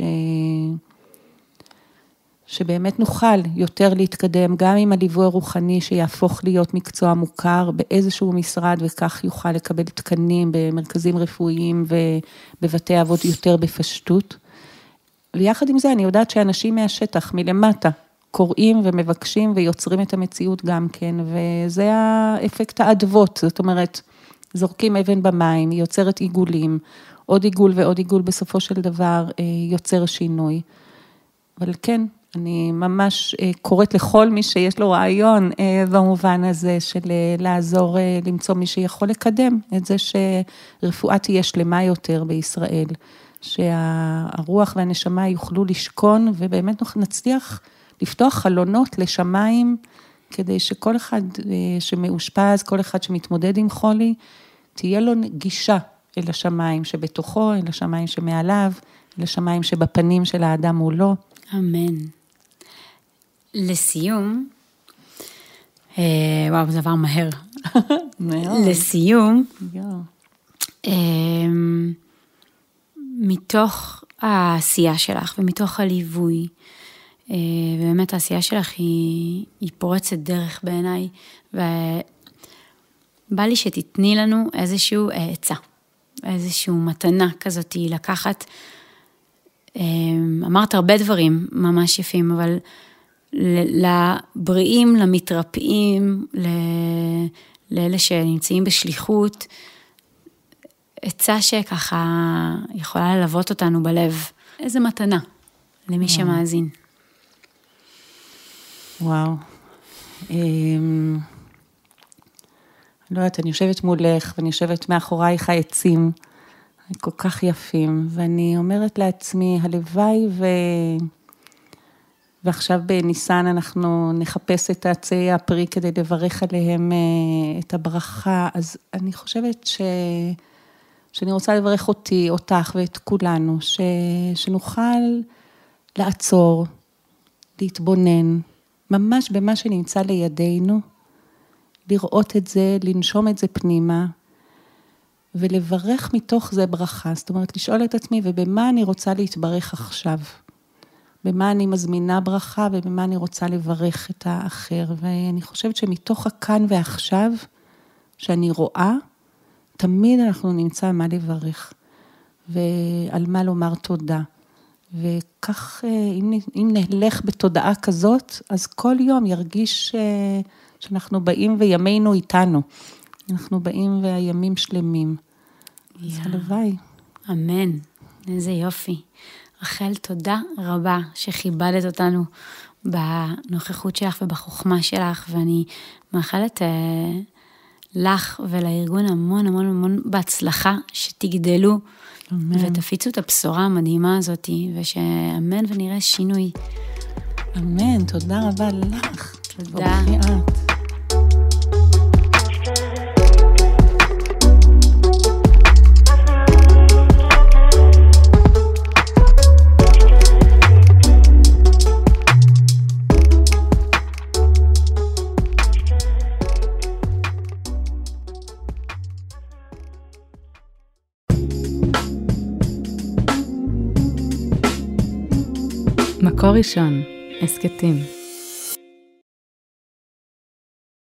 שבאמת נוכל יותר להתקדם, גם עם הליווי הרוחני שיהפוך להיות מקצוע מוכר באיזשהו משרד, וכך יוכל לקבל תקנים במרכזים רפואיים ובבתי אבות יותר בפשטות. ויחד עם זה אני יודעת שאנשים מהשטח, מלמטה, קוראים ומבקשים ויוצרים את המציאות גם כן, וזה האפקט האדוות, זאת אומרת, זורקים אבן במים, היא יוצרת עיגולים, עוד עיגול ועוד עיגול בסופו של דבר יוצר שינוי. אבל כן, אני ממש קוראת לכל מי שיש לו רעיון במובן הזה של לעזור למצוא מי שיכול לקדם את זה שרפואה תהיה שלמה יותר בישראל, שהרוח והנשמה יוכלו לשכון ובאמת נצליח לפתוח חלונות לשמיים, כדי שכל אחד שמאושפז, כל אחד שמתמודד עם חולי, תהיה לו גישה אל השמיים שבתוכו, אל השמיים שמעליו, אל השמיים שבפנים של האדם מולו. אמן. לסיום, וואו, זה עבר מהר. לסיום, מתוך העשייה שלך ומתוך הליווי, ובאמת העשייה שלך היא פורצת דרך בעיניי, ובא לי שתתני לנו איזשהו עצה, איזשהו מתנה כזאת לקחת, אמרת הרבה דברים ממש יפים, אבל לבריאים, למתרפאים, לאלה שנמצאים בשליחות, עצה שככה יכולה ללוות אותנו בלב, איזה מתנה למי שמאזין. וואו. לא יודעת, אני יושבת מולך, ואני יושבת מאחורייך העצים, כל כך יפים, ואני אומרת לעצמי, הלוואי ועכשיו בניסן אנחנו נחפש את עצי הפרי כדי לברך עליהם את הברכה, אז אני חושבת שאני רוצה לברך אותך ואת כולנו, שנוכל לעצור, להתבונן, ממש במה שנמצא לידינו, לראות את זה, לנשום את זה פנימה, ולברך מתוך זה ברכה, זאת אומרת, לשאול את עצמי, ובמה אני רוצה להתברך עכשיו, במה אני מזמינה ברכה, ובמה אני רוצה לברך את האחר, ואני חושבת שמתוך הכאן ועכשיו, שאני רואה, תמיד אנחנו נמצא מה לברך, ועל מה לומר תודה, וכך, אם נלך בתודעה כזאת, אז כל יום ירגיש שאנחנו באים וימינו איתנו, אנחנו באים והימים שלמים. אז הלוואי. אמן, איזה יופי. רחל, תודה רבה שכיבדת אותנו בנוכחות שלך ובחוכמה שלך, ואני מאחלת לך ולארגון המון המון המון בהצלחה, שתגדלו ותפיצו את הבשורה המדהימה הזאת, ושאמן ונראה שינוי. אמן, תודה רבה לך. תודה. מקור ראשון, הסקטים.